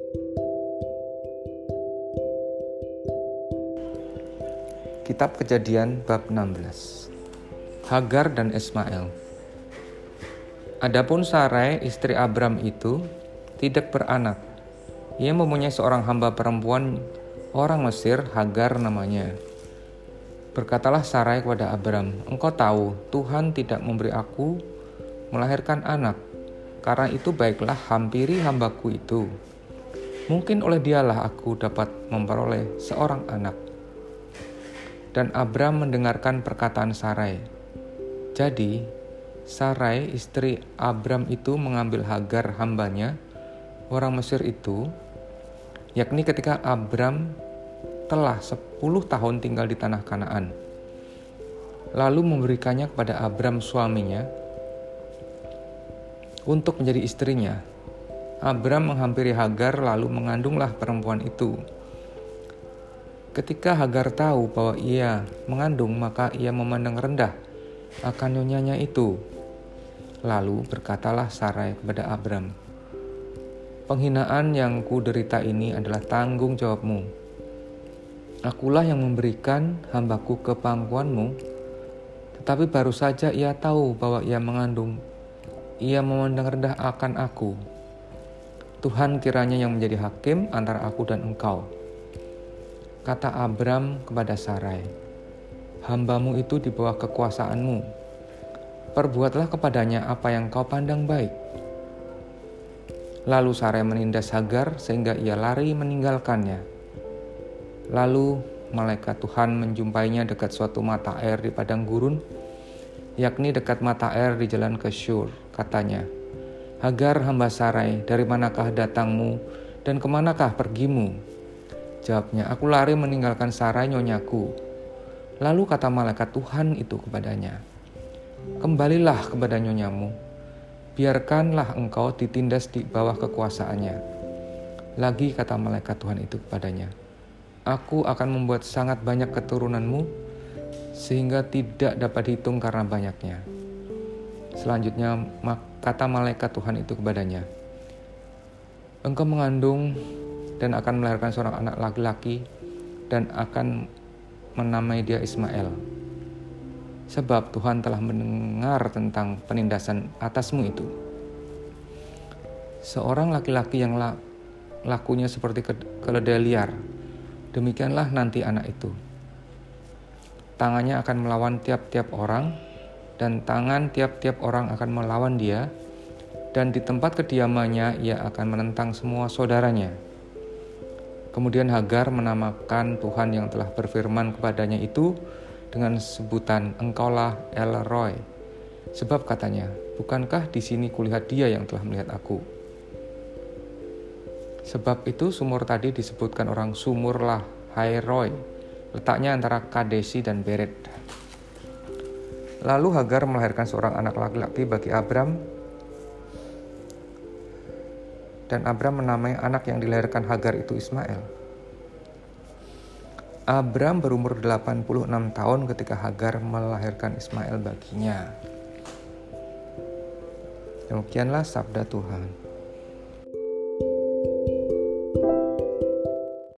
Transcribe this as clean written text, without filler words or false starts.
Kitab Kejadian bab 16. Hagar dan Ismail. Adapun Sarai istri Abram itu tidak beranak. Ia mempunyai seorang hamba perempuan orang Mesir, Hagar namanya. Berkatalah Sarai kepada Abram, "Engkau tahu Tuhan tidak memberi aku melahirkan anak. Karena itu baiklah hampiri hambaku itu. Mungkin oleh dialah aku dapat memperoleh seorang anak." Dan Abram mendengarkan perkataan Sarai. Jadi, Sarai istri Abram itu mengambil Hagar hambanya, orang Mesir itu, yakni ketika Abram telah 10 tahun tinggal di tanah Kanaan. Lalu memberikannya kepada Abram suaminya untuk menjadi istrinya. Abram menghampiri Hagar lalu mengandunglah perempuan itu. Ketika Hagar tahu bahwa ia mengandung, maka ia memandang rendah akan nyonyanya itu. Lalu berkatalah Sarai kepada Abram, "Penghinaan yang kuderita ini adalah tanggung jawabmu. Akulah yang memberikan hambaku ke pangkuanmu, tetapi baru saja ia tahu bahwa ia mengandung. Ia memandang rendah akan aku. Tuhan kiranya yang menjadi hakim antara aku dan engkau." Kata Abram kepada Sarai, "Hambamu itu di bawah kekuasaanmu. Perbuatlah kepadanya apa yang kau pandang baik." Lalu Sarai menindas Hagar sehingga ia lari meninggalkannya. Lalu malaikat Tuhan menjumpainya dekat suatu mata air di padang gurun, yakni dekat mata air di jalan ke Syur. Katanya, "Hagar hamba Sarai, dari manakah datangmu dan kemanakah pergimu?" Jawabnya, "Aku lari meninggalkan Sarai nyonyaku." Lalu kata malaikat Tuhan itu kepadanya, "Kembalilah kepada nyonyamu, biarkanlah engkau ditindas di bawah kekuasaannya." Lagi kata malaikat Tuhan itu kepadanya, "Aku akan membuat sangat banyak keturunanmu, sehingga tidak dapat dihitung karena banyaknya." Selanjutnya kata malaikat Tuhan itu kepadanya, "Engkau mengandung dan akan melahirkan seorang anak laki-laki dan akan menamai dia Ismail. Sebab Tuhan telah mendengar tentang penindasan atasmu itu. Seorang laki-laki yang lakunya seperti keledai liar, demikianlah nanti anak itu. Tangannya akan melawan tiap-tiap orang, dan tangan tiap-tiap orang akan melawan dia, dan di tempat kediamannya ia akan menentang semua saudaranya." Kemudian Hagar menamakan Tuhan yang telah berfirman kepadanya itu dengan sebutan "Engkaulah El Roi." Sebab katanya, "Bukankah di sini kulihat dia yang telah melihat aku?" Sebab itu sumur tadi disebutkan orang Sumur Lahai Roi, letaknya antara Kadesi dan Beret. Lalu Hagar melahirkan seorang anak laki-laki bagi Abram, dan Abram menamai anak yang dilahirkan Hagar itu Ismail. Abram berumur 86 tahun ketika Hagar melahirkan Ismail baginya. Demikianlah sabda Tuhan.